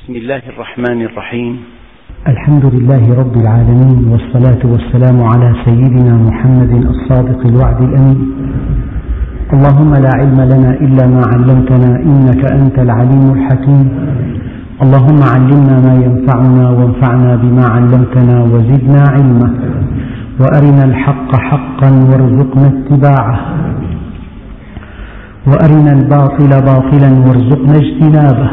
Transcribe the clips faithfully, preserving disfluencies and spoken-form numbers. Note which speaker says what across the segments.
Speaker 1: بسم الله الرحمن الرحيم.
Speaker 2: الحمد لله رب العالمين، والصلاة والسلام على سيدنا محمد الصادق الوعد الأمين. اللهم لا علم لنا إلا ما علمتنا إنك أنت العليم الحكيم. اللهم علمنا ما ينفعنا وانفعنا بما علمتنا وزدنا علما، وأرنا الحق حقا وارزقنا اتباعه، وأرنا الباطل باطلا وارزقنا اجتنابه،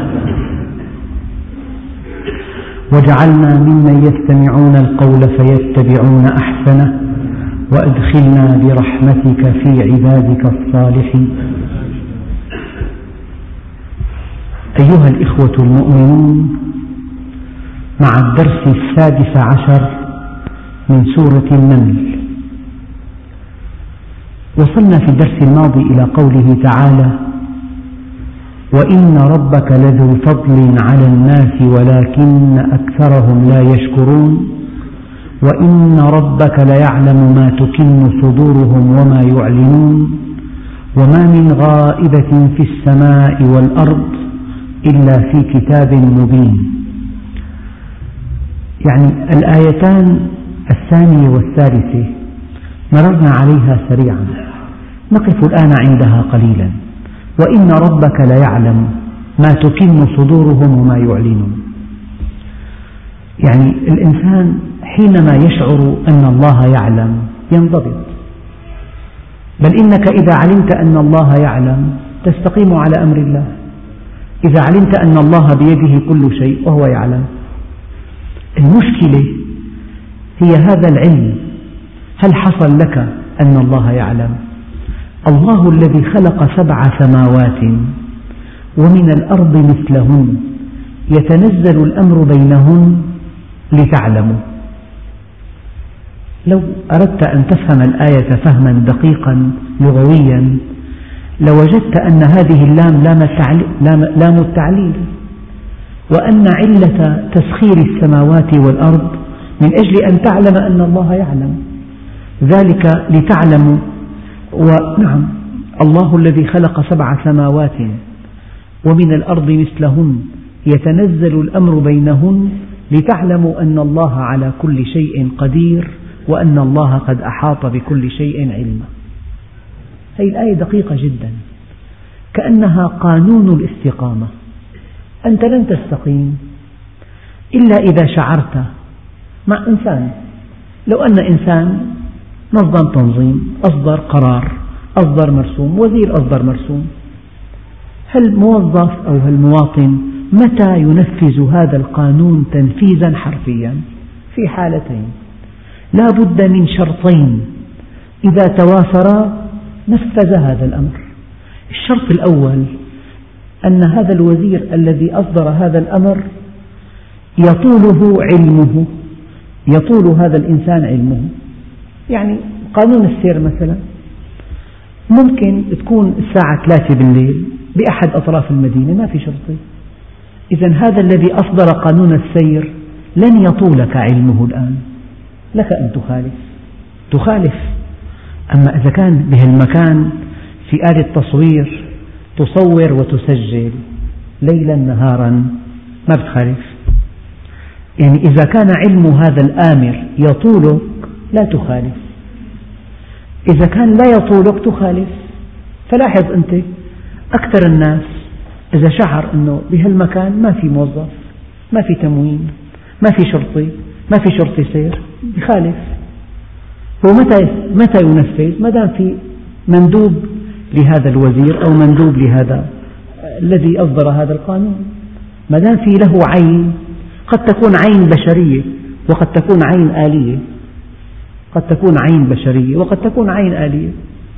Speaker 2: واجعلنا ممن يستمعون القول فيتبعون أحسنه، وأدخلنا برحمتك في عبادك الصالحين. أيها الإخوة المؤمنون، مع الدرس السادس عشر من سورة النمل. وصلنا في الدرس الماضي إلى قوله تعالى: وإن ربك لذو فضل على الناس ولكن أكثرهم لا يشكرون، وإن ربك ليعلم ما تكن صدورهم وما يعلنون، وما من غائبة في السماء والأرض إلا في كتاب مبين. يعني الآيتان الثانية والثالثة مررنا عليها سريعا، نقف الآن عندها قليلا. وإن ربك ليعلم ما تكن صدورهم وما يعلنون. يعني الإنسان حينما يشعر أن الله يعلم ينضبط، بل إنك إذا علمت أن الله يعلم تستقيم على أمر الله، إذا علمت أن الله بيده كل شيء وهو يعلم. المشكلة هي هذا العلم، هل حصل لك أن الله يعلم؟ الله الذي خلق سبع سماوات ومن الأرض مثلهن يتنزل الأمر بينهن لتعلموا. لو أردت أن تفهم الآية فهما دقيقا لغويا لوجدت أن هذه اللام لام التعليل، وأن علة تسخير السماوات والأرض من أجل أن تعلم أن الله يعلم، ذلك لتعلموا. ونعم، الله الذي خلق سبع سماوات ومن الأرض مثلهن يتنزل الأمر بينهن لتعلموا أن الله على كل شيء قدير، وأن الله قد أحاط بكل شيء علما. هذه الآية دقيقة جدا، كأنها قانون الاستقامة. أنت لن تستقيم إلا إذا شعرت مع إنسان. لو أن إنسان نظم تنظيم، أصدر قرار، أصدر مرسوم، وزير أصدر مرسوم، هل موظف أو هل مواطن متى ينفذ هذا القانون تنفيذا حرفيا؟ في حالتين، لا بد من شرطين إذا توافرا نفذ هذا الأمر. الشرط الأول أن هذا الوزير الذي أصدر هذا الأمر يطوله علمه، يطول هذا الإنسان علمه. يعني قانون السير مثلا ممكن تكون الساعة ثلاثة بالليل بأحد أطراف المدينة، ما في شرطي. إذن هذا الذي أصدر قانون السير لن يطولك علمه الآن، لك أن تخالف تخالف أما إذا كان بهالمكان في آلة تصوير تصور وتسجل ليلا نهارا ما بتخالف. يعني إذا كان علم هذا الآمر يطولك لا تخالف، إذا كان لا يطولك تخالف. فلاحظ أنت أكثر الناس إذا شعر أنه بهالمكان ما في موظف، ما في تموين، ما في شرطي، ما في شرطي سير، يخالف. هو متى متى ينفذ؟ ما دام في مندوب لهذا الوزير أو مندوب لهذا الذي أصدر هذا القانون، ما دام في له عين، قد تكون عين بشرية وقد تكون عين آلية، قد تكون عين بشرية وقد تكون عين آلية.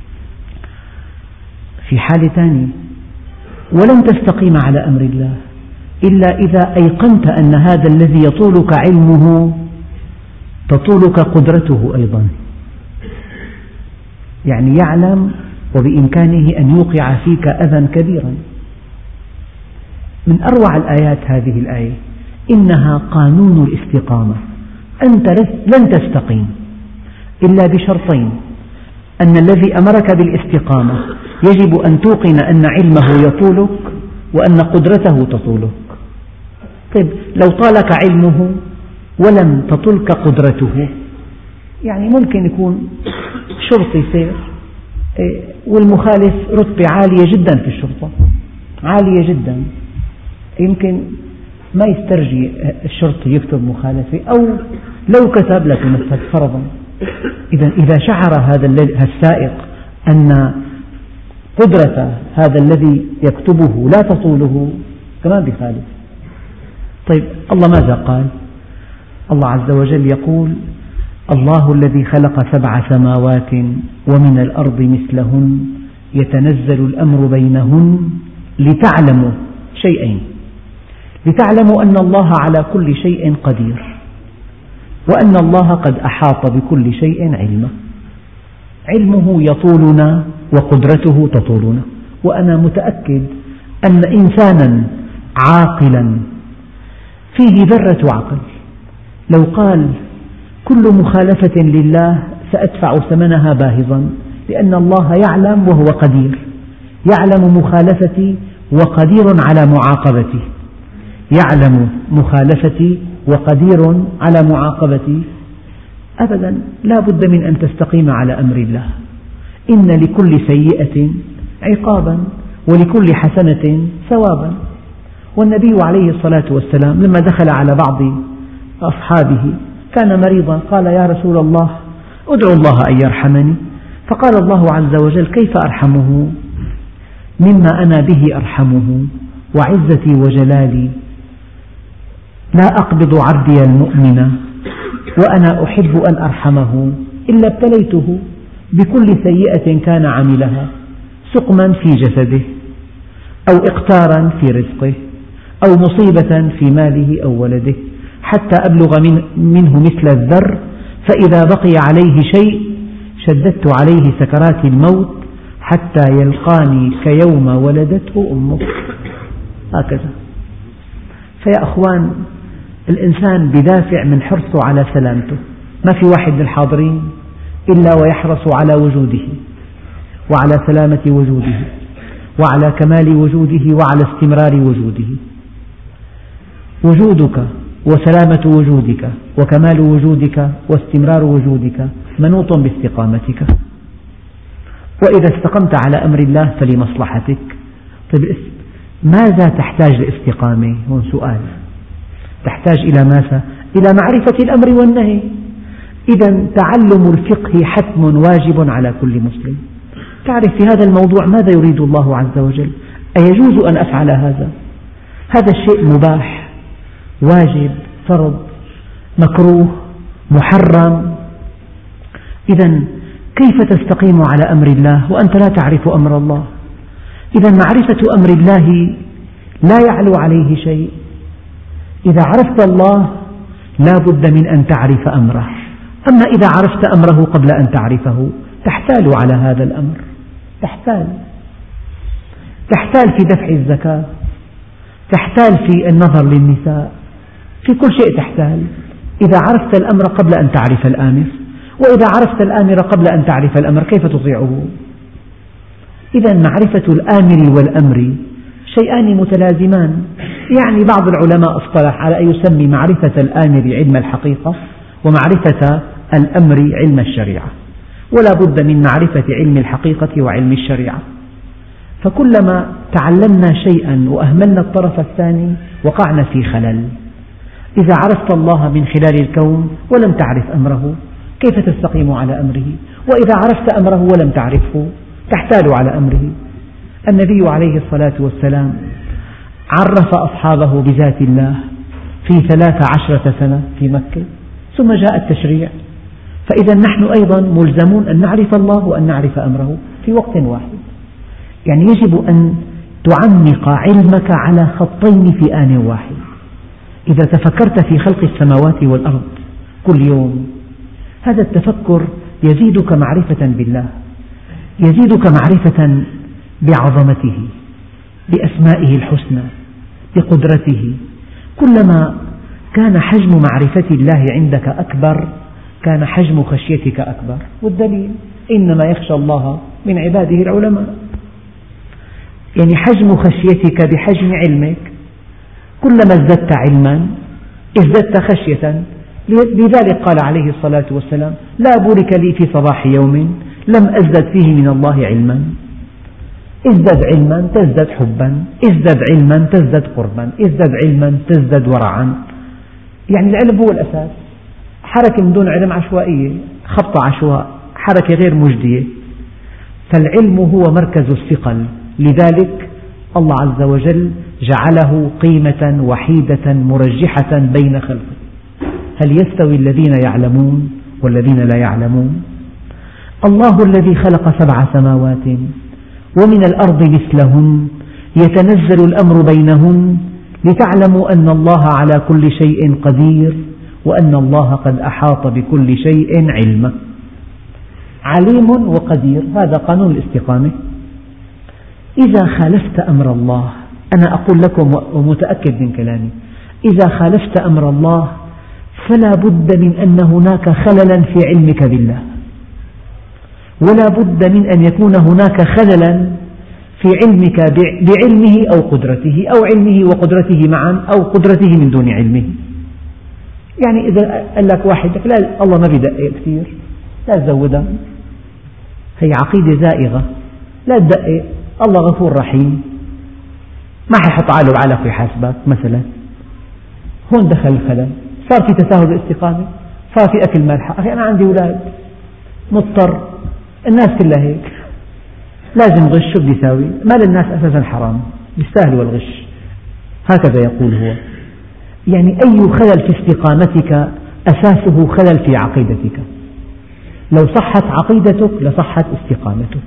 Speaker 2: في حالة ثانية، ولن تستقيم على أمر الله إلا إذا أيقنت أن هذا الذي يطولك علمه تطولك قدرته أيضا. يعني يعلم وبإمكانه أن يوقع فيك أذى كبيرا. من أروع الآيات هذه الآية، إنها قانون الاستقامة. أنت لن تستقيم إلا بشرطين: أن الذي أمرك بالاستقامة يجب أن توقن أن علمه يطولك وأن قدرته تطولك. طيب لو طالك علمه ولم تطلك قدرته، يعني ممكن يكون شرطي سير والمخالف رتبة عالية جدا في الشرطة، عالية جدا، يمكن ما يسترجي الشرطي يكتب مخالفة، أو لو كتب لا تنفذ فرضا. إذا إذا شعر هذا السائق أن قدرة هذا الذي يكتبه لا تطوله كمان بخالف. طيب الله ماذا قال؟ الله عز وجل يقول: الله الذي خلق سبع سماوات ومن الأرض مثلهن يتنزل الأمر بينهن لتعلموا شيئين، لتعلموا أن الله على كل شيء قدير، وأن الله قد أحاط بكل شيء علما. علمه يطولنا وقدرته تطولنا، وأنا متأكد أن إنسانا عاقلا فيه ذرة عقل لو قال كل مخالفة لله سأدفع ثمنها باهظا، لأن الله يعلم وهو قدير، يعلم مخالفتي وقدير على معاقبتي، يعلم مخالفتي وقدير على معاقبتي، أبدا لا بد من أن تستقيم على أمر الله. إن لكل سيئة عقابا ولكل حسنة ثوابا. والنبي عليه الصلاة والسلام لما دخل على بعض أصحابه كان مريضا، قال: يا رسول الله أدعو الله أن يرحمني. فقال الله عز وجل: كيف أرحمه مما أنا به أرحمه، وعزتي وجلالي لا أقبض عبدي المؤمن وأنا أحب أن أرحمه إلا ابتليته بكل سيئة كان عملها، سقما في جسده، أو إقتارا في رزقه، أو مصيبة في ماله أو ولده، حتى أبلغ منه مثل الذر، فإذا بقي عليه شيء شددت عليه سكرات الموت حتى يلقاني كيوم ولدته أمه. هكذا. فيا أخوان، الإنسان بدافع من حرصه على سلامته، ما في واحد من الحاضرين إلا ويحرص على وجوده وعلى سلامة وجوده وعلى كمال وجوده وعلى استمرار وجوده. وجودك وسلامة وجودك وكمال وجودك واستمرار وجودك منوط باستقامتك، وإذا استقمت على أمر الله فلمصلحتك. طيب ماذا تحتاج لاستقامة؟ هون سؤال. تحتاج إلى ماذا؟ إلى معرفة الأمر والنهي. إذا تعلم الفقه حتم واجب على كل مسلم. تعرف في هذا الموضوع ماذا يريد الله عز وجل، أيجوز أن أفعل هذا؟ هذا الشيء مباح، واجب، فرض، مكروه، محرم. إذا كيف تستقيم على أمر الله وأنت لا تعرف أمر الله؟ إذا معرفة أمر الله لا يعلو عليه شيء. إذا عرفت الله لا بد من أن تعرف أمره، أما إذا عرفت أمره قبل أن تعرفه تحتال على هذا الأمر، تحتال تحتال في دفع الزكاة، تحتال في النظر للنساء، في كل شيء تحتال إذا عرفت الأمر قبل أن تعرف الآمر، وإذا عرفت الآمر قبل أن تعرف الأمر كيف تطيعه؟ إذا معرفة الآمر والأمر شيئان متلازمان. يعني بعض العلماء اصطلح على أن يسمي معرفة الآمر علم الحقيقة ومعرفة الأمر علم الشريعة، ولا بد من معرفة علم الحقيقة وعلم الشريعة. فكلما تعلمنا شيئا وأهملنا الطرف الثاني وقعنا في خلل. إذا عرفت الله من خلال الكون ولم تعرف أمره كيف تستقيم على أمره؟ وإذا عرفت أمره ولم تعرفه تحتال على أمره. النبي عليه الصلاة والسلام عرف أصحابه بذات الله في ثلاث عشرة سنة في مكة، ثم جاء التشريع. فإذا نحن أيضا ملزمون أن نعرف الله وأن نعرف أمره في وقت واحد. يعني يجب أن تعمق علمك على خطين في آن واحد. إذا تفكرت في خلق السماوات والأرض كل يوم، هذا التفكر يزيدك معرفة بالله، يزيدك معرفة بعظمته، بأسمائه الحسنى، بقدرته. كلما كان حجم معرفة الله عندك أكبر كان حجم خشيتك أكبر. والدليل: إنما يخشى الله من عباده العلماء. يعني حجم خشيتك بحجم علمك، كلما ازددت علما ازددت خشية. لذلك قال عليه الصلاة والسلام: لا بورك لي في صباح يوم لم أزدد فيه من الله علما. ازدد علما تزدد حبا، ازدد علما تزدد قربا، ازدد علما تزدد ورعا. يعني العلم هو الأساس. حركة من دون علم عشوائية، خبط عشواء، حركة غير مجدية. فالعلم هو مركز الثقل، لذلك الله عز وجل جعله قيمة وحيدة مرجحة بين خلقه. هل يستوي الذين يعلمون والذين لا يعلمون؟ الله الذي خلق سبع سماوات ومن الأرض مثلهن يتنزل الأمر بينهن لتعلموا أن الله على كل شيء قدير وأن الله قد أحاط بكل شيء علما. عليم وقدير، هذا قانون الاستقامة. إذا خالفت أمر الله، أنا أقول لكم ومتأكد من كلامي، إذا خالفت أمر الله فلا بد من أن هناك خللا في علمك بالله، ولا بد من أن يكون هناك خللا في علمك بعلمه أو قدرته، أو علمه وقدرته معا، أو قدرته من دون علمه. يعني إذا قال لك واحد لك لا الله ما بيدقق كثير، لا تزودها، هي عقيدة زائغة، لا تدقق، الله غفور رحيم، ما حيحط عاله بعلق ويحاسبك مثلا. هون دخل الخلل، صار في تساهل بالاستقامة، صار في أكل ملح. أخي أنا عندي أولاد، مضطر، الناس كلها هيك، لازم غش، شو بدي يساوي؟ مال الناس أساسا حرام، يستاهلوا الغش، هكذا يقول هو. يعني أي خلل في استقامتك أساسه خلل في عقيدتك. لو صحت عقيدتك لصحت استقامتك.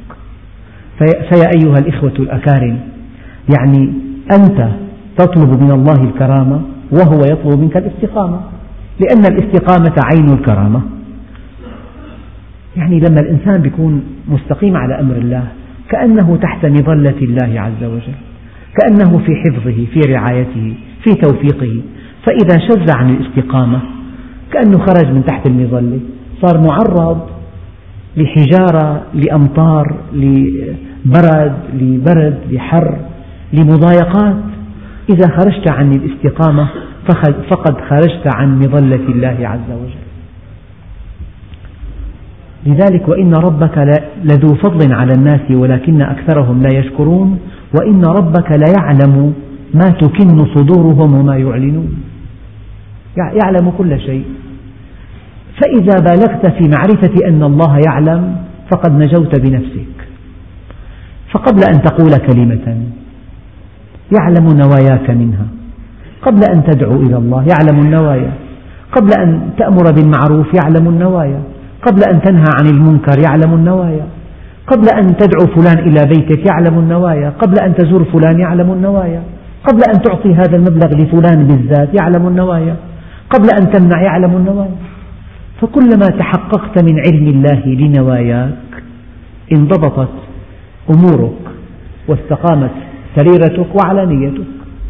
Speaker 2: فيا أيها الإخوة الأكارم، يعني أنت تطلب من الله الكرامة وهو يطلب منك الاستقامة، لأن الاستقامة عين الكرامة. يعني لما الإنسان يكون مستقيم على أمر الله كأنه تحت مظلة الله عز وجل، كأنه في حفظه، في رعايته، في توفيقه. فإذا شذ عن الاستقامة كأنه خرج من تحت المظلة، صار معرض لحجارة، لأمطار، لبرد، لبرد، لحر، لمضايقات. إذا خرجت عن الاستقامة فقد خرجت عن مظلة الله عز وجل. لذلك وإن ربك لذو فضل على الناس ولكن أكثرهم لا يشكرون، وإن ربك ليعلم ما تكن صدورهم وما يعلنون. يعلم كل شيء. فإذا بالغت في معرفة أن الله يعلم فقد نجوت بنفسك. فقبل أن تقول كلمة يعلم نواياك منها، قبل أن تدعو إلى الله يعلم النوايا، قبل أن تأمر بالمعروف يعلم النوايا، قبل أن تنهى عن المنكر يعلم النوايا، قبل أن تدعو فلان إلى بيتك يعلم النوايا، قبل أن تزور فلان يعلم النوايا، قبل أن تعطي هذا المبلغ لفلان بالذات يعلم النوايا، قبل أن تمنع يعلم النوايا. فكلما تحققت من علم الله لنواياك انضبطت أمورك واستقامت سريرتك وعلانيتك.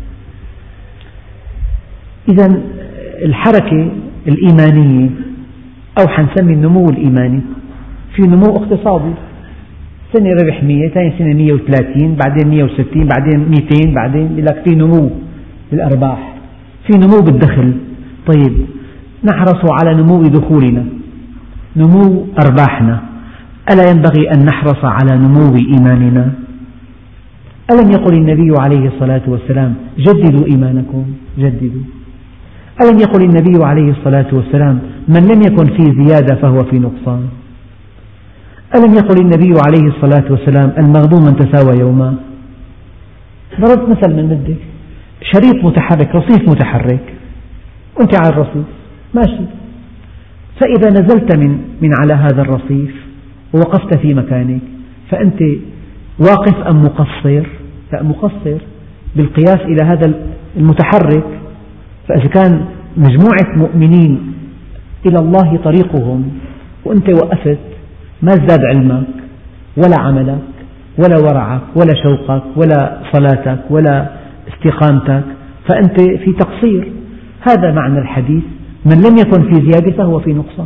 Speaker 2: إذا الحركة الإيمانية، أو حنسمي النمو الإيماني، في نمو اقتصادي، سنة ربح مية، ثاني سنة مية وثلاثين، بعدين مية وستين، بعدين مئتين، بعدين لك في نمو بالأرباح، في نمو بالدخل. طيب نحرص على نمو دخولنا، نمو أرباحنا، ألا ينبغي أن نحرص على نمو إيماننا؟ ألم يقل النبي عليه الصلاة والسلام جددوا إيمانكم؟ جددوا. ألم يقل النبي عليه الصلاة والسلام من لم يكن في زيادة فهو في نقصان؟ ألم يقل النبي عليه الصلاة والسلام المغبون من تساوى يوما؟ ضربت مثل من بدك، شريط متحرك، رصيف متحرك، وأنت على الرصيف ماشي، فإذا نزلت من من على هذا الرصيف ووقفت في مكانك فأنت واقف أم مقصر؟ لا، مقصر بالقياس إلى هذا المتحرك. فإذا كان مجموعة مؤمنين إلى الله طريقهم وأنت وقفت، ما ازداد علمك ولا عملك ولا ورعك ولا شوقك ولا صلاتك ولا استقامتك، فأنت في تقصير. هذا معنى الحديث من لم يكن في زيادة فهو في نقصان.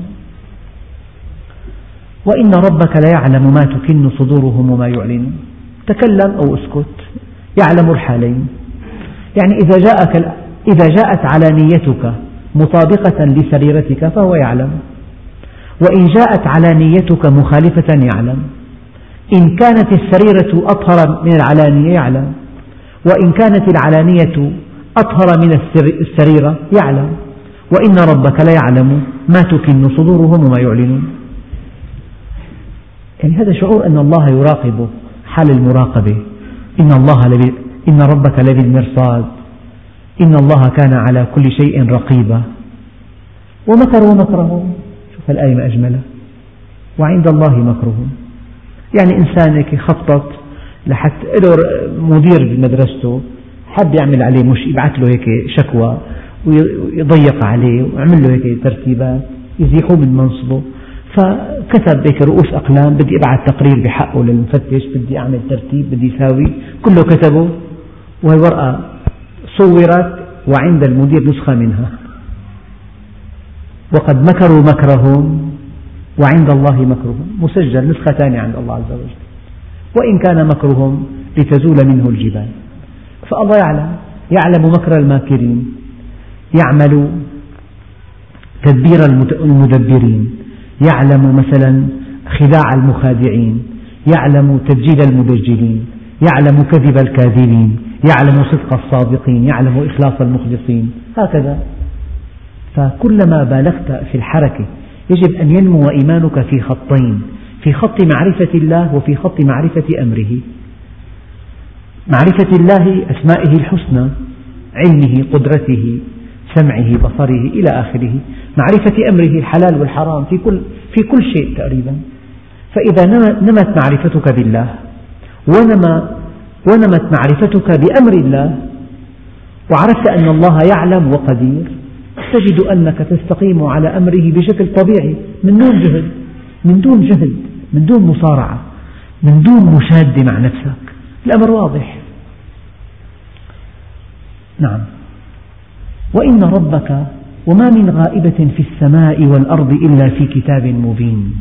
Speaker 2: وإن ربك ليعلم ما تكن صدورهم وما يعلنون. تكلم أو اسكت، يعلم الحالين. يعني إذا جاءك إذا جاءت علانيتك مطابقة لسريرتك فهو يعلم، وإن جاءت علانيتك مخالفة يعلم. إن كانت السريرة أطهر من العلانية يعلم، وإن كانت العلانية أطهر من السريرة يعلم. وإن ربك ليعلم ما تكن صدورهم وما يعلنون. يعني هذا شعور أن الله يراقبه، حال المراقبة. إن الله لبي إن ربك لبالمرصاد، إن الله كان على كل شيء رقيبا. ومكروا مكرهم، شوف الآية ما أجملها، وعند الله مكرهم. يعني إنسان هيك خطط لحتى له مدير بمدرسته حب يعمل عليه مش يبعث له هيك شكوى ويضيق عليه ويعمل له هيك ترتيبات يزيحوه من منصبه، فكتب هيك رؤوس أقلام بدي أبعث تقرير بحقه للمفتش، بدي أعمل ترتيب، بدي أساوي، كله كتبه، والورقة صورت وعند المدير نسخة منها. وقد مكروا مكرهم وعند الله مكرهم، مسجل نسخة ثانية عند الله عز وجل. وإن كان مكرهم لتزول منه الجبال. فالله يعلم يعلم مكر الماكرين، يعمل تدبير المدبرين، يعلم مثلا خداع المخادعين، يعلم تدجيل المدجلين، يعلم كذب الكاذبين، يعلم صدق الصادقين، يعلم إخلاص المخلصين، هكذا. فكلما بالغت في الحركة يجب أن ينمو إيمانك في خطين، في خط معرفة الله وفي خط معرفة أمره. معرفة الله أسمائه الحسنى، علمه، قدرته، سمعه، بصره إلى آخره. معرفة أمره الحلال والحرام في كل, في كل شيء تقريبا. فإذا نمت معرفتك بالله ونما ونمت معرفتك بأمر الله وعرفت أن الله يعلم وقدير، تجد أنك تستقيم على أمره بشكل طبيعي، من دون جهد، من دون جهد، من دون مصارعة، من دون مشادة مع نفسك. الأمر واضح. نعم. وإن ربك وما من غائبة في السماء والأرض إلا في كتاب مبين.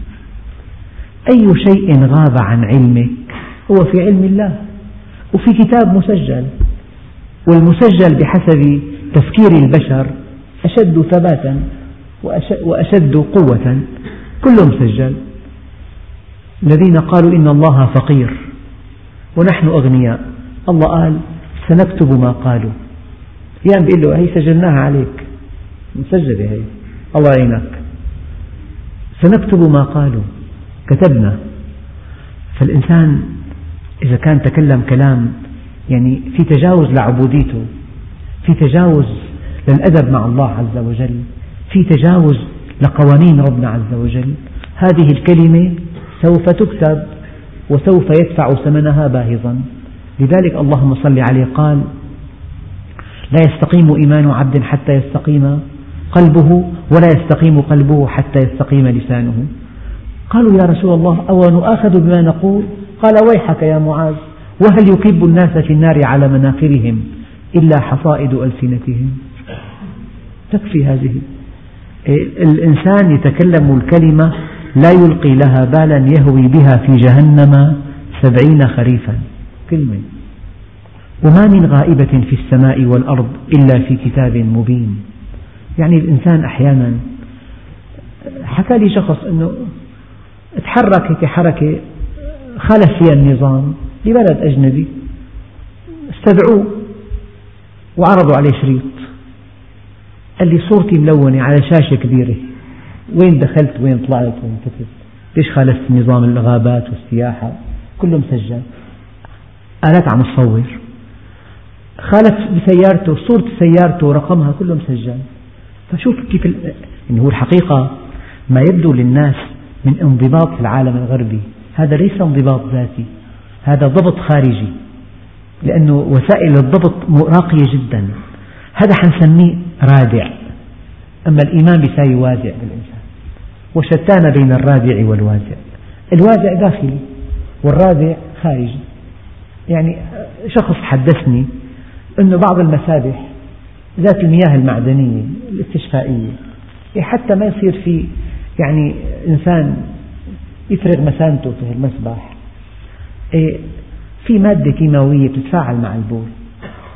Speaker 2: أي شيء غاب عن علمك هو في علم الله وفي كتاب مسجل، والمسجل بحسب تفكير البشر أشد ثباتا وأشد قوة، كله مسجل. الذين قالوا إن الله فقير ونحن أغنياء، الله قال سنكتب ما قالوا. يعني بيقول له هي سجلناها عليك، مسجلة هي، الله يعينك، سنكتب ما قالوا، كتبنا. فالإنسان إذا كان تكلم كلام يعني في تجاوز لعبوديته، في تجاوز للأدب مع الله عز وجل، في تجاوز لقوانين ربنا عز وجل، هذه الكلمة سوف تكتب وسوف يدفع ثمنها باهظا. لذلك اللهم صل عليه قال لا يستقيم إيمان عبد حتى يستقيم قلبه، ولا يستقيم قلبه حتى يستقيم لسانه. قالوا يا رسول الله أو نؤاخذ بما نقول؟ قال ويحك يا معاذ، وهل يكب الناس في النار على مناخرهم إلا حصائد ألسنتهم. تكفي هذه. الإنسان يتكلم الكلمة لا يلقي لها بالا يهوي بها في جهنم سبعين خريفا، كلمة. وما من غائبة في السماء والأرض إلا في كتاب مبين. يعني الإنسان أحيانا حكى لي شخص أنه تحرك هيك حركة خالف فيها النظام ببلد أجنبي، استدعوه وعرضوا عليه شريط، قال لي صورتي ملونة على شاشة كبيرة، وين دخلت وين طلعت وين كتبت، ليش خالفت نظام الغابات والسياحة، كله مسجل، آلات عم تصور، خالف بسيارته، صورة سيارته ورقمها كله مسجل. فشوف كيف ال... إنه هو الحقيقة ما يبدو للناس من انضباط في العالم الغربي هذا ليس انضباط ذاتي، هذا ضبط خارجي، لأنه وسائل الضبط راقية جدا. هذا حنسميه رادع، أما الإيمان بيساوي وازع بالإنسان، وشتان بين الرادع والوازع. الوازع داخلي والرادع خارجي. يعني شخص حدثني أنه بعض المسابح ذات المياه المعدنية الاستشفائية حتى ما يصير في يعني إنسان يفرغ مسانته في المسبح، في مادة كيماوية بتتفاعل مع البول،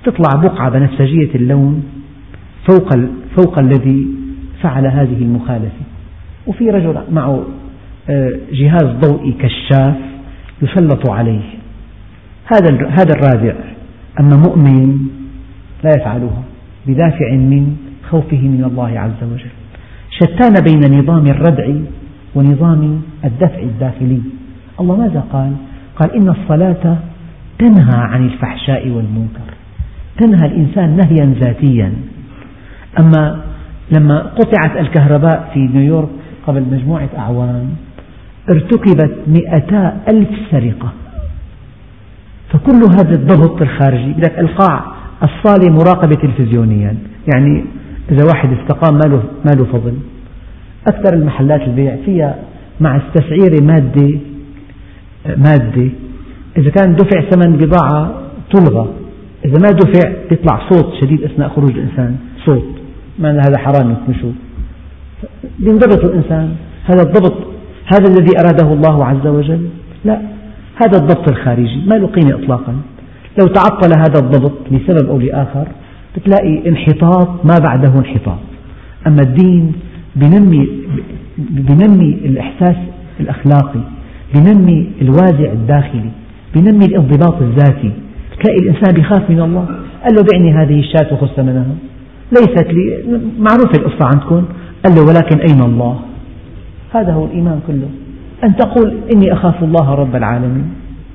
Speaker 2: تطلع بقعة بنفسجية اللون فوق, فوق الذي فعل هذه المخالفة، وفي رجل معه جهاز ضوئي كشاف يسلط عليه. هذا هذا الرادع، أما مؤمن لا يفعلها بدافع من خوفه من الله عز وجل. شتان بين نظام الردع ونظام الدفع الداخلي. الله ماذا قال؟ قال إن الصلاة تنهى عن الفحشاء والمنكر، تنهى الإنسان نهيا ذاتيا. أما لما قطعت الكهرباء في نيويورك قبل مجموعة أعوام ارتكبت مئتا ألف سرقة، فكل هذا الضغط الخارجي. لك القاع الصالة مراقبة تلفزيونيا، يعني إذا واحد استقام ما له, ما له فضل. أكثر المحلات البيع فيها مع التسعير مادة مادة إذا كان دفع ثمن بضاعة تلغى، إذا ما دفع يطلع صوت شديد أثناء خروج الإنسان، صوت ما هذا حرام يتمشوا. ينضبط الإنسان. هذا الضبط هذا الذي أراده الله عز وجل؟ لا، هذا الضبط الخارجي ما له قيمة إطلاقا. لو تعطل هذا الضبط لسبب أو لآخر بتلاقي انحطاط ما بعده انحطاط. أما الدين بنمي, بنمي الإحساس الأخلاقي، بنمي الوازع الداخلي، بنمي الانضباط الذاتي. تلاقي الإنسان بيخاف من الله. قال له بعني هذه الشاة وخذ ثمنها، ليست لي، معروفة القصة عندكم. قال له ولكن أين الله؟ هذا هو الإيمان كله، أن تقول إني أخاف الله رب العالمين.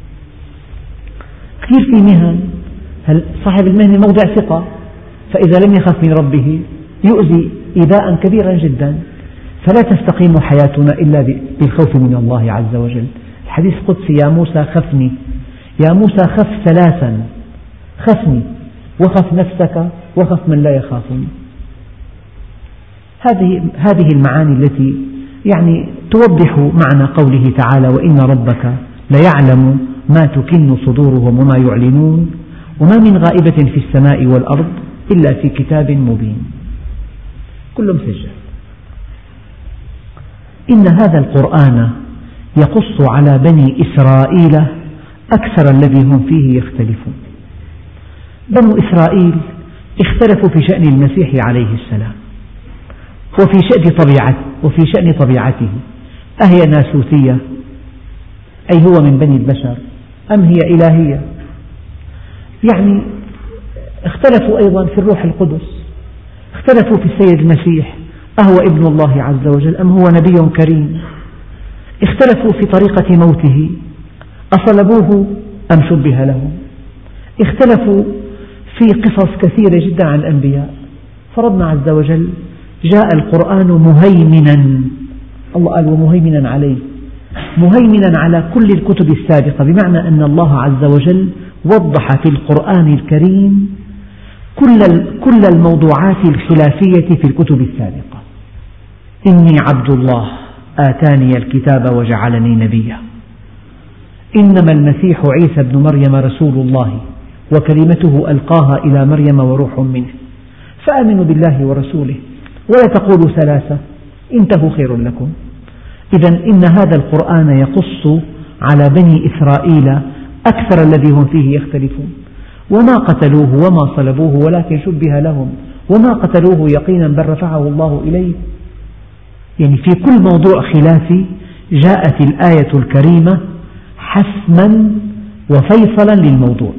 Speaker 2: كثير في مهن صاحب المهنة موضع ثقة، فإذا لم يخف من ربه يؤذي إيذاء كبيرا جدا. فلا تستقيم حياتنا إلا بالخوف من الله عز وجل. الحديث القدسي: يا موسى خفني، يا موسى خف ثلاثا، خفني وخف نفسك وخف من لا يخافني. هذه هذه المعاني التي يعني توضح معنى قوله تعالى: وإن ربك ليعلم ما تكن صدورهم وما يعلنون وما من غائبة في السماء والأرض إلا في كتاب مبين. كله مسجل. إن هذا القرآن يقص على بني إسرائيل أكثر الذي هم فيه يختلفون. بنو إسرائيل اختلفوا في شأن المسيح عليه السلام، وفي شأن طبيعته وفي شأن طبيعته، أهي ناسوتية أي هو من بني البشر أم هي إلهية؟ يعني اختلفوا أيضا في الروح القدس، اختلفوا في السيد المسيح أهو ابن الله عز وجل أم هو نبي كريم، اختلفوا في طريقة موته أصلبوه أم شبه له، اختلفوا في قصص كثيرة جدا عن الأنبياء. فربنا عز وجل جاء القرآن مهيمنا، الله قال ومهيمنا عليه، مهيمنا على كل الكتب السابقة، بمعنى أن الله عز وجل وضح في القرآن الكريم كل كل الموضوعات الخلافية في الكتب السابقة. إني عبد الله آتاني الكتاب وجعلني نبيا، إنما المسيح عيسى بن مريم رسول الله وكلمته ألقاها إلى مريم وروح منه، فآمنوا بالله ورسوله ولا تقولوا ثلاثة انتهوا خير لكم. إذن إن هذا القرآن يقص على بني إسرائيل أكثر الذي هم فيه يختلفون. وما قتلوه وما صلبوه ولكن شبه لهم، وما قتلوه يقينا بل رفعه الله إليه. يعني في كل موضوع خلافي جاءت الآية الكريمة حسما وفيصلا للموضوع.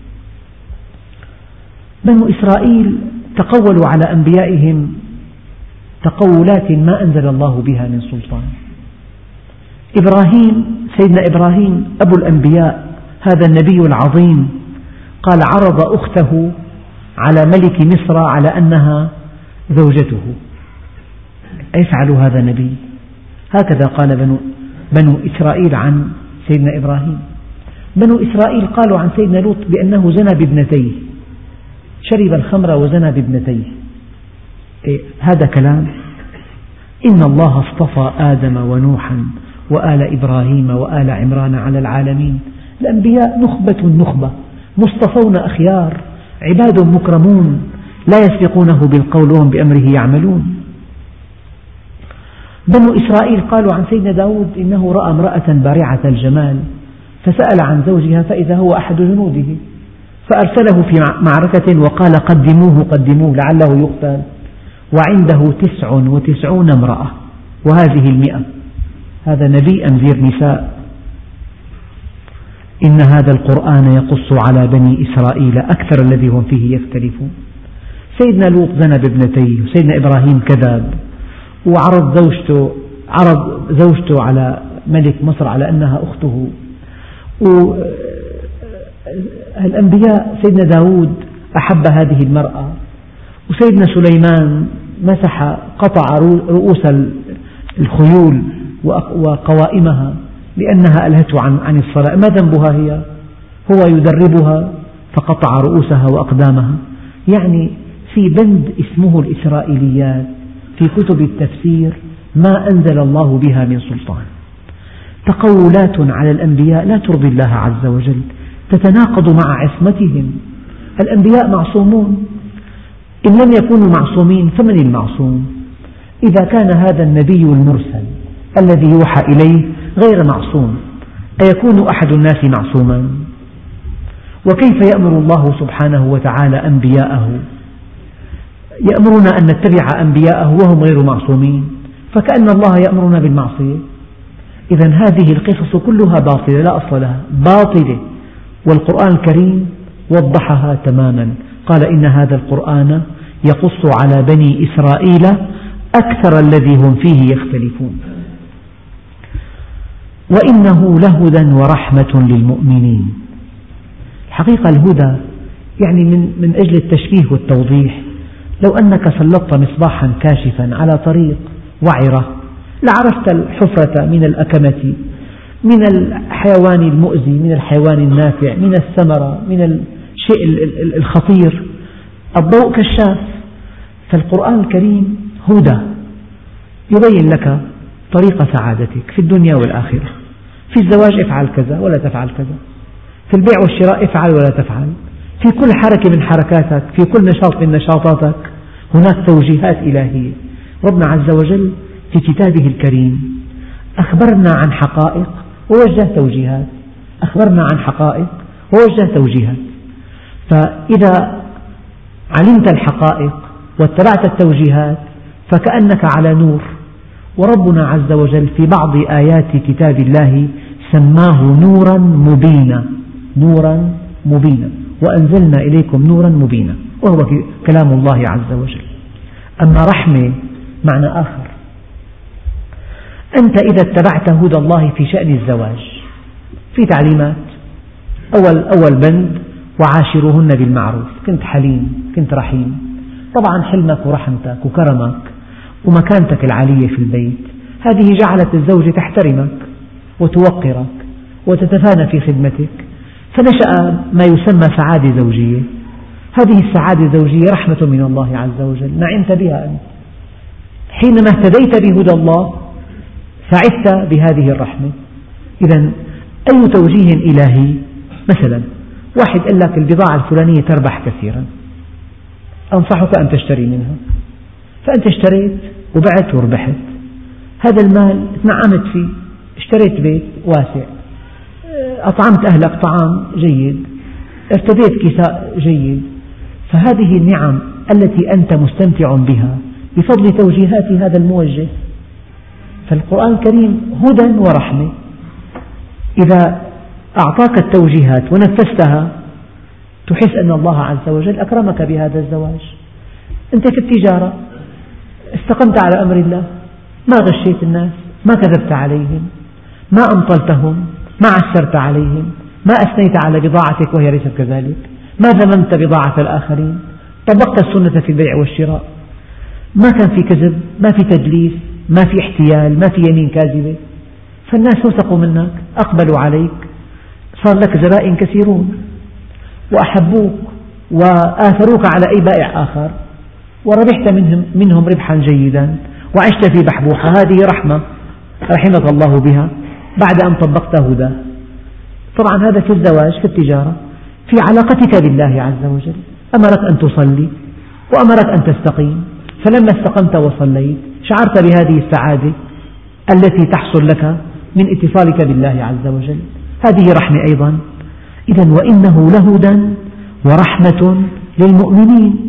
Speaker 2: بنو إسرائيل تقولوا على أنبيائهم تقولات ما أنزل الله بها من سلطان. إبراهيم، سيدنا إبراهيم أبو الأنبياء، هذا النبي العظيم، قال عرض أخته على ملك مصر على أنها زوجته. أيفعل هذا النبي؟ هكذا قال بنو, بنو إسرائيل عن سيدنا إبراهيم. بنو إسرائيل قالوا عن سيدنا لوط بأنه زنى بابنتيه، شرب الخمر وزنى بابنتيه. إيه هذا كلام؟ إن الله اصطفى آدم ونوحا وآل إبراهيم وآل عمران على العالمين. الأنبياء نخبة النخبة، مصطفون أخيار، عباد مكرمون، لا يسبقونه بالقول وهم بأمره يعملون. بنو إسرائيل قالوا عن سيدنا داود إنه رأى امرأة بارعة الجمال فسأل عن زوجها فإذا هو أحد جنوده، فأرسله في معركة وقال قدموه قدموه لعله يقتل، وعنده تسع وتسعون امرأة وهذه المئة. هذا نبي أم زير نساء؟ إن هذا القرآن يقص على بني إسرائيل أكثر الذي هم فيه يختلفون. سيدنا لوط زنى بابنتيه، وسيدنا إبراهيم كذب وعرض زوجته عرض زوجته على ملك مصر على أنها أخته. والأنبياء سيدنا داود أحب هذه المرأة، وسيدنا سليمان مسح قطع رؤوس الخيول وقوائمها لأنها ألهته عن عن الصلاة. ما ذنبها هي؟ هو يدربها فقطع رؤوسها وأقدامها. يعني في بند اسمه الإسرائيليات في كتب التفسير ما أنزل الله بها من سلطان، تقولات على الأنبياء لا ترضي الله عز وجل، تتناقض مع عصمتهم. الأنبياء معصومون، إن لم يكونوا معصومين فمن المعصوم؟ إذا كان هذا النبي المرسل الذي يوحى إليه غير معصوم، أيكون أحد الناس معصوما؟ وكيف يأمر الله سبحانه وتعالى أنبياءه؟ يأمرنا أن نتبع أنبياءه وهم غير معصومين، فكأن الله يأمرنا بالمعصية. إذن هذه القصص كلها باطلة لا أصل لها، باطلة، والقرآن الكريم وضحها تماما. قال إن هذا القرآن يقص على بني إسرائيل أكثر الذي هم فيه يختلفون، وإنه لهدى ورحمة للمؤمنين. الحقيقة الهدى يعني من, من أجل التشبيه والتوضيح. لو أنك سلطت مصباحا كاشفا على طريق وعرة لعرفت الحفرة من الأكمة، من الحيوان المؤذي، من الحيوان النافع، من الثمرة، من الشيء الخطير. الضوء كشاف. فالقرآن الكريم هدى يبين لك طريق سعادتك في الدنيا والآخرة. في الزواج افعل كذا ولا تفعل كذا، في البيع والشراء افعل ولا تفعل، في كل حركة من حركاتك، في كل نشاط من نشاطاتك هناك توجيهات إلهية. ربنا عز وجل في كتابه الكريم أخبرنا عن حقائق ووجه توجيهات، أخبرنا عن حقائق ووجه توجيهات. فإذا علمت الحقائق واتبعت التوجيهات فكأنك على نور. وربنا عز وجل في بعض آيات كتاب الله سماه نورا مبينا، نورا مبينا، وأنزلنا إليكم نورا مبينا، وهو كلام الله عز وجل. أما رحمة معنى آخر. أنت إذا اتبعت هدى الله في شأن الزواج في تعليمات. أول, أول بند وعاشروهن بالمعروف. كنت حليم، كنت رحيم. طبعا حلمك ورحمتك وكرمك ومكانتك العالية في البيت هذه جعلت الزوجة تحترمك وتوقرك وتتفانى في خدمتك، فنشأ ما يسمى سعادة زوجية. هذه السعادة الزوجية رحمة من الله عز وجل، نعمت بها أنت. حينما اهتديت بهدى الله سعدت بهذه الرحمة. إذن أي توجيه إلهي؟ مثلا واحد قال لك البضاعة الفلانية تربح كثيرا، أنصحك أن تشتري منها، فأنت اشتريت وبعت وربحت. هذا المال تنعمت فيه، اشتريت بيت واسع، أطعمت أهلك طعام جيد، ارتديت كساء جيد. فهذه النعم التي أنت مستمتع بها بفضل توجيهات هذا الموجه. فالقرآن الكريم هدى ورحمة. إذا أعطاك التوجيهات ونفذتها تحس أن الله عز وجل أكرمك بهذا الزواج. أنت في التجارة استقمت على أمر الله، ما غشيت الناس، ما كذبت عليهم، ما أمطلتهم، ما عسرت عليهم، ما أثنيت على بضاعتك وهي ليست كذلك، ما ذممت بضاعة الآخرين، طبقت السنة في البيع والشراء، ما كان في كذب، ما في تدليس، ما في احتيال، ما في يمين كاذبة. فالناس وثقوا منك، أقبلوا عليك، صار لك زبائن كثيرون وأحبوك وآثروك على أي بائع آخر، وربحت منهم, منهم ربحا جيدا، وعشت في بحبوحة. هذه رحمة رحمك الله بها بعد أن طبقت هداه. طبعا هذا في الزواج، في التجارة، في علاقتك بالله عز وجل. أمرك أن تصلي وأمرك أن تستقيم، فلما استقمت وصليت شعرت بهذه السعادة التي تحصل لك من اتصالك بالله عز وجل. هذه رحمة أيضا. إذن وإنه لهدى ورحمة للمؤمنين.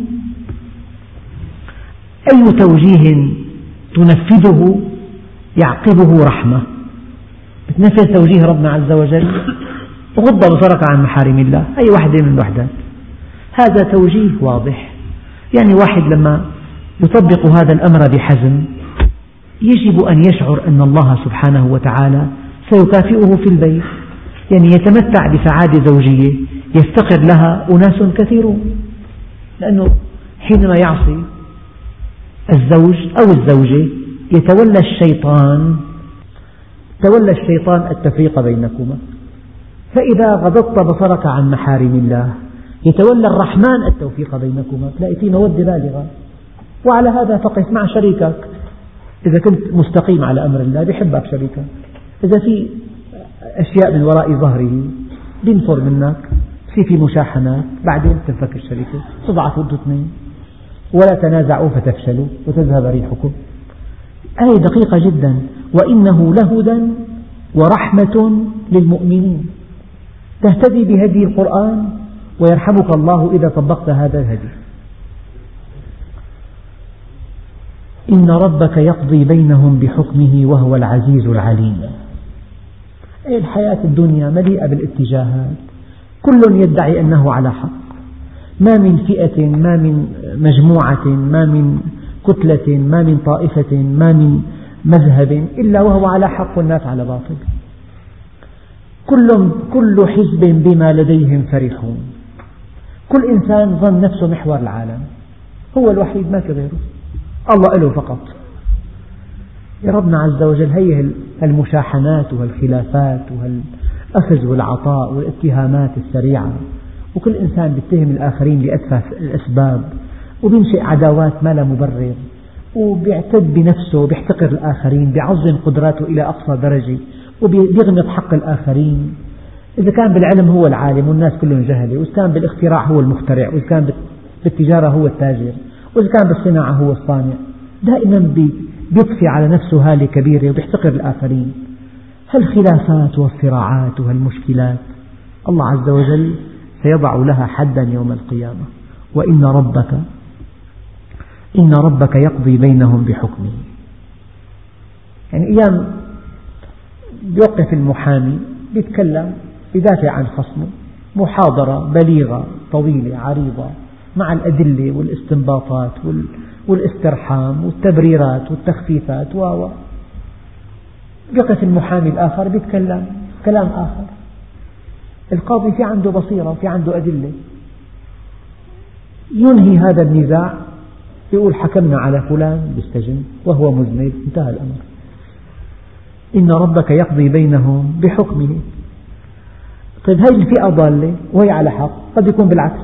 Speaker 2: أي توجيه تنفذه يعقبه رحمة. بتنفذ توجيه ربنا عز وجل، غض بصرك عن محارم الله، أي واحدة من الوحدات، هذا توجيه واضح. يعني واحد لما يطبق هذا الأمر بحزم يجب أن يشعر أن الله سبحانه وتعالى سيكافئه في البيت، يعني يتمتع بسعادة زوجية يفتقر لها أناس كثيرون، لأنه حينما يعصي الزوج أو الزوجة يتولى الشيطان تولى الشيطان التفريق بينكما. فإذا غضضت بصرك عن محارم الله يتولى الرحمن التوفيق بينكما، تلاقي في مودة بالغة. وعلى هذا فقس مع شريكك، إذا كنت مستقيم على أمر الله بيحبك شريكك، إذا في أشياء من وراء ظهره بينفر منك، في في مشاحنات، بعدين تنفك الشركة، تضعفوا انتوا اثنين، ولا تنازعوا فتفشلوا وتذهب ريحكم. آية دقيقة جدا. وإنه لهدى ورحمة للمؤمنين. تهتدي بهدي القرآن ويرحمك الله إذا طبقت هذا الهدي. إن ربك يقضي بينهم بحكمه وهو العزيز العليم. أي الحياة الدنيا مليئة بالاتجاهات، كل يدعي أنه على حق، ما من فئة، ما من مجموعة، ما من كتلة، ما من طائفة، ما من مذهب إلا وهو على حق والناس على باطل. كل كل حزب بما لديهم فرحون. كل إنسان ظن نفسه محور العالم، هو الوحيد ما في غيره، الله له فقط. يا ربنا عز وجل هي المشاحنات والخلافات والأخذ والعطاء والاتهامات السريعة، وكل إنسان يتهم الآخرين لأتفه الأسباب، وبينشئ عداوات ما لا مبرر، وبيعتد بنفسه، بيحتقر الآخرين، بيعظم قدراته إلى أقصى درجة، وبيغمض حق الآخرين. إذا كان بالعلم هو العالم والناس كلهم جهلة، وإذا كان بالاختراع هو المخترع، وإذا كان بالتجارة هو التاجر، وإذا كان بالصناعة هو الصانع، دائما بيضفي على نفسه هالة كبيرة وبيحتقر الآخرين. هالخلافات والصراعات وهالمشكلات الله عز وجل سيضع لها حدا يوم القيامة. وإن ربك إن ربك يقضي بينهم بحكمه. يعني أيام بيوقف المحامي بيتكلم يدافع عن خصمه، محاضرة بليغة طويلة عريضة مع الأدلة والاستنباطات والاسترحام والتبريرات والتخفيفات و يقف المحامي الآخر بيتكلم كلام آخر. القاضي في عنده بصيرة وفي عنده أدلة، ينهي هذا النزاع يقول حكمنا على فلان بالسجن وهو مذنب، انتهى الأمر. إن ربك يقضي بينهم بحكمه. طيب هذه الفئة ضالة وهي على حق، قد يكون بالعكس.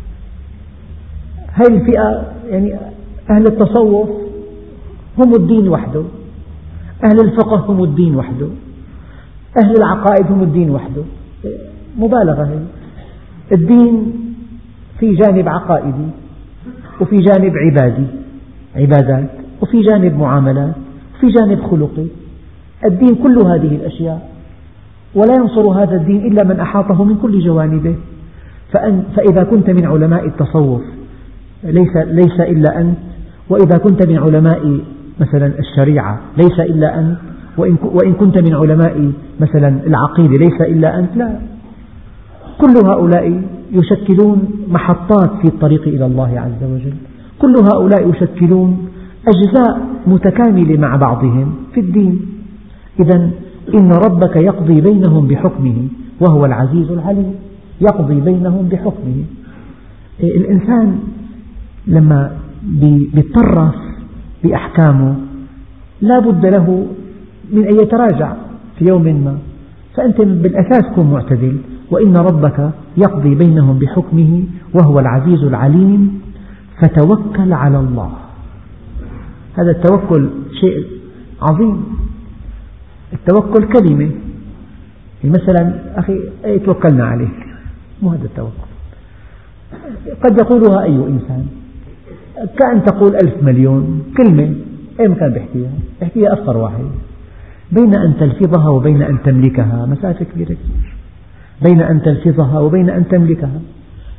Speaker 2: هذه الفئة يعني أهل التصوف هم الدين وحده، أهل الفقه هم الدين وحده، أهل العقائد هم الدين وحده. مبالغة هي. الدين في جانب عقائدي، وفي جانب عبادي عبادات، وفي جانب معاملات، وفي جانب خلقي. الدين كل هذه الأشياء، ولا ينصر هذا الدين إلا من أحاطه من كل جوانبه. فإذا كنت من علماء التصوف ليس, ليس إلا أنت، وإذا كنت من علماء مثلا الشريعة ليس إلا أنت، وإن كنت من علماء مثلا العقيدة ليس إلا أنت. لا، كل هؤلاء يشكلون محطات في الطريق إلى الله عز وجل، كل هؤلاء يشكلون أجزاء متكاملة مع بعضهم في الدين. إذن إن ربك يقضي بينهم بحكمه وهو العزيز العليم. يقضي بينهم بحكمه. الإنسان لما بيتطرف بأحكامه لا بد له من أن يتراجع في يوم ما، فأنت بالأساس كن معتدل. وإن ربك يقضي بينهم بحكمه وهو العزيز العليم فتوكل على الله. هذا التوكل شيء عظيم. التوكل كلمة، مثلا أخي أي توكلنا عليك، مو هذا التوكل. قد يقولها أي إنسان، كأن تقول ألف مليون كلمة، أي مكان بيحكيها بيحكيها أفقر واحد. بين أن تلفظها وبين أن تملكها مسافة كبيرة كثير، بين أن تلفظها وبين أن تملكها.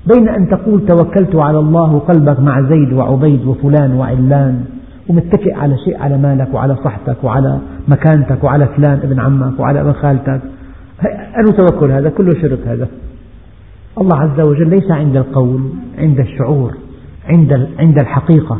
Speaker 2: بين أن تقول توكلت على الله وقلبك مع زيد وعبيد وفلان وعلان ومتكئ على شيء، على مالك وعلى صحتك وعلى مكانتك وعلى فلان ابن عمك وعلى ابن خالتك، أنو توكل هذا؟ كله شرك هذا. الله عز وجل ليس عند القول، عند الشعور، عند عند الحقيقة.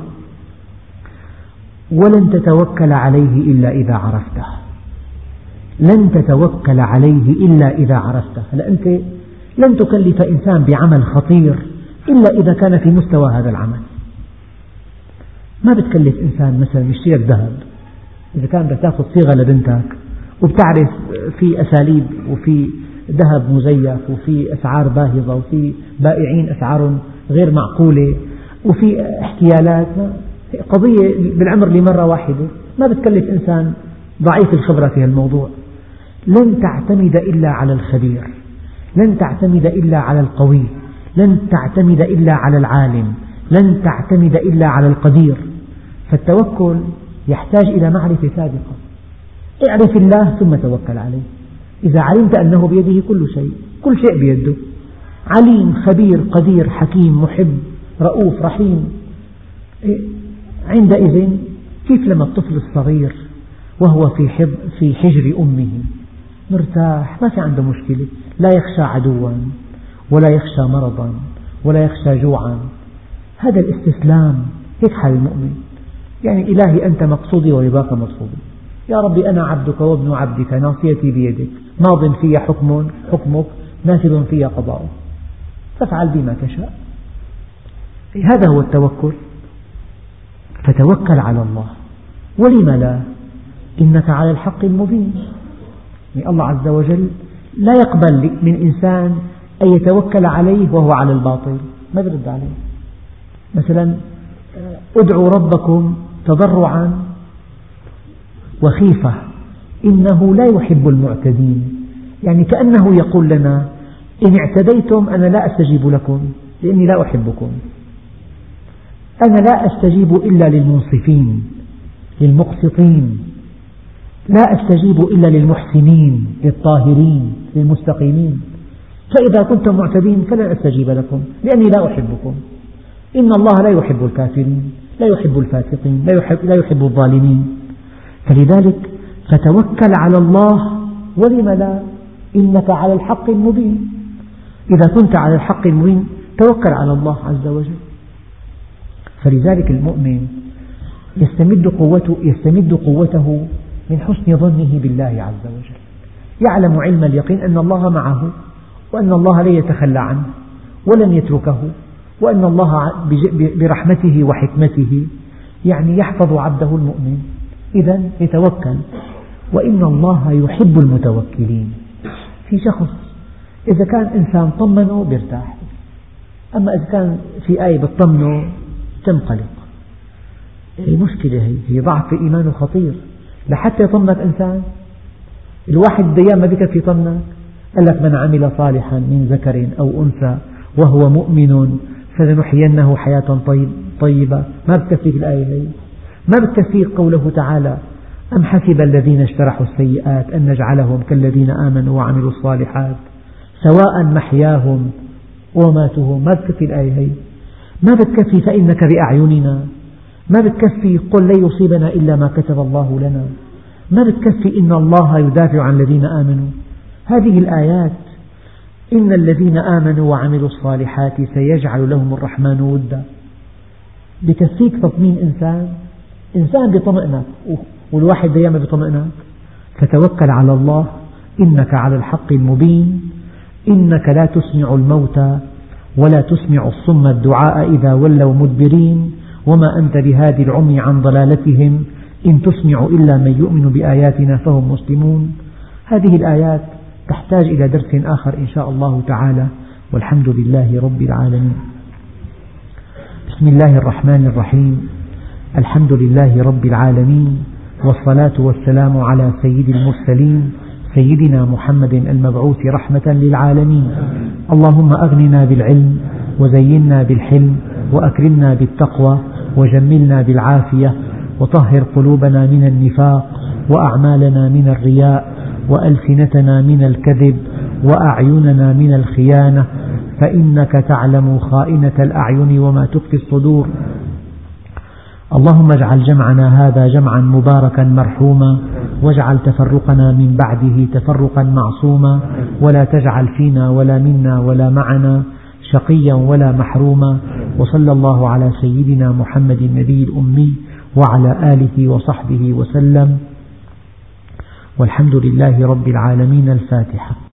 Speaker 2: ولن تتوكل عليه إلا إذا عرفته، لن تتوكل عليه إلا إذا عرفته. لأنت لن تكلف إنسان بعمل خطير إلا إذا كان في مستوى هذا العمل. ما بتكلف إنسان مثلا يشتري لك ذهب، إذا كان بدك تأخذ صيغة لبنتك وبتعرف في أساليب وفي ذهب مزيف وفي أسعار باهظة وفي بائعين أسعار غير معقولة وفي احتيالات، قضية بالعمر لمرة واحدة، ما بتكلف إنسان ضعيف الخبرة في الموضوع. لن تعتمد إلا على الخبير، لن تعتمد إلا على القوي، لن تعتمد إلا على العالم، لن تعتمد إلا على القدير. فالتوكل يحتاج إلى معرفة سابقة. اعرف الله ثم توكل عليه. إذا علمت أنه بيده كل شيء، كل شيء بيده، عليم خبير قدير حكيم محب رؤوف رحيم، عندئذ كيف لما الطفل الصغير وهو في في حجر أمه مرتاح ما في عنده مشكلة، لا يخشى عدوا ولا يخشى مرضا ولا يخشى جوعا. هذا الاستسلام هيك حال المؤمن، يعني إلهي أنت مقصودي ورضاك مطلوبي، يا ربي أنا عبدك وابن عبدك ناصيتي بيدك، ماض في حكم حكمك نافذ في قضاؤك، فافعل بما تشاء. هذا هو التوكل. فتوكل على الله، ولم لا؟ إنك على الحق المبين. يعني الله عز وجل لا يقبل من إنسان أن يتوكل عليه وهو على الباطل، ما يرد عليه. مثلا ادعوا ربكم تضرعا وخيفة إنه لا يحب المعتدين، يعني كأنه يقول لنا إن اعتديتم أنا لا أستجيب لكم لأني لا أحبكم، أنا لا أستجيب إلا للمنصفين للمقسطين، لا أستجيب إلا للمحسنين للطاهرين للمستقيمين، فإذا كنتم معتدين فلن أستجيب لكم لأني لا أحبكم. إن الله لا يحب الكافرين، لا يحب الفاسقين، لا يحب, لا يحب الظالمين. فلذلك فتوكل على الله، ولم لا؟ إنك على الحق المبين. إذا كنت على الحق المبين توكل على الله عز وجل. فلذلك المؤمن يستمد قوته, يستمد قوته من حسن ظنه بالله عز وجل، يعلم علم اليقين أن الله معه وأن الله لا يتخلى عنه ولن يتركه، وأن الله برحمته وحكمته يعني يحفظ عبده المؤمن. إذا يتوكل، وإن الله يحب المتوكلين. في شخص إذا كان إنسان طمنه بيرتاح، أما إذا كان في آية بتطمنه تنقلق. هي مشكلة، هي, هي ضعف في إيمانه خطير. لحتى يطمنك إنسان، الواحد ديان ما بكفي يطمنك، قال لك من عمل صالحا من ذكر أو أنثى وهو مؤمن فلنحيينه حياة طيب طيبة، ما بتكفيك الآية هي، ما بتكفيك قوله تعالى أم حسب الذين اجترحوا السيئات أن نجعلهم كالذين آمنوا وعملوا الصالحات سواء محياهم وماتهم، ما بتكفي الآية هي، ما بتكفي فإنك بأعيننا، ما بتكفي قل لن يصيبنا إلا ما كتب الله لنا، ما بتكفي إن الله يدافع عن الذين آمنوا. هذه الآيات إن الذين آمنوا وعملوا الصالحات سيجعل لهم الرحمن ودا، بكفيك تطمين إنسان، إنسان بيطمئنك والواحد دائما بيطمئنك. فتوكل على الله إنك على الحق المبين، إنك لا تسمع الموتى ولا تسمع الصم الدعاء إذا ولوا مدبرين وما أنت بهادي العمي عن ضلالتهم إن تسمع إلا من يؤمن بآياتنا فهم مسلمون. هذه الآيات تحتاج إلى درس آخر إن شاء الله تعالى، والحمد لله رب العالمين. بسم الله الرحمن الرحيم، الحمد لله رب العالمين، والصلاة والسلام على سيد المرسلين سيدنا محمد المبعوث رحمة للعالمين. اللهم أغننا بالعلم وزينا بالحلم وأكرمنا بالتقوى وجملنا بالعافية، وطهر قلوبنا من النفاق وأعمالنا من الرياء وألسنتنا من الكذب وأعيننا من الخيانة، فإنك تعلم خائنة الأعين وما تخفي الصدور. اللهم اجعل جمعنا هذا جمعا مباركا مرحوما، واجعل تفرقنا من بعده تفرقا معصوما، ولا تجعل فينا ولا منا ولا معنا شقيا ولا محروما. وصلى الله على سيدنا محمد النبي الأمي وعلى آله وصحبه وسلم، والحمد لله رب العالمين. الفاتحة.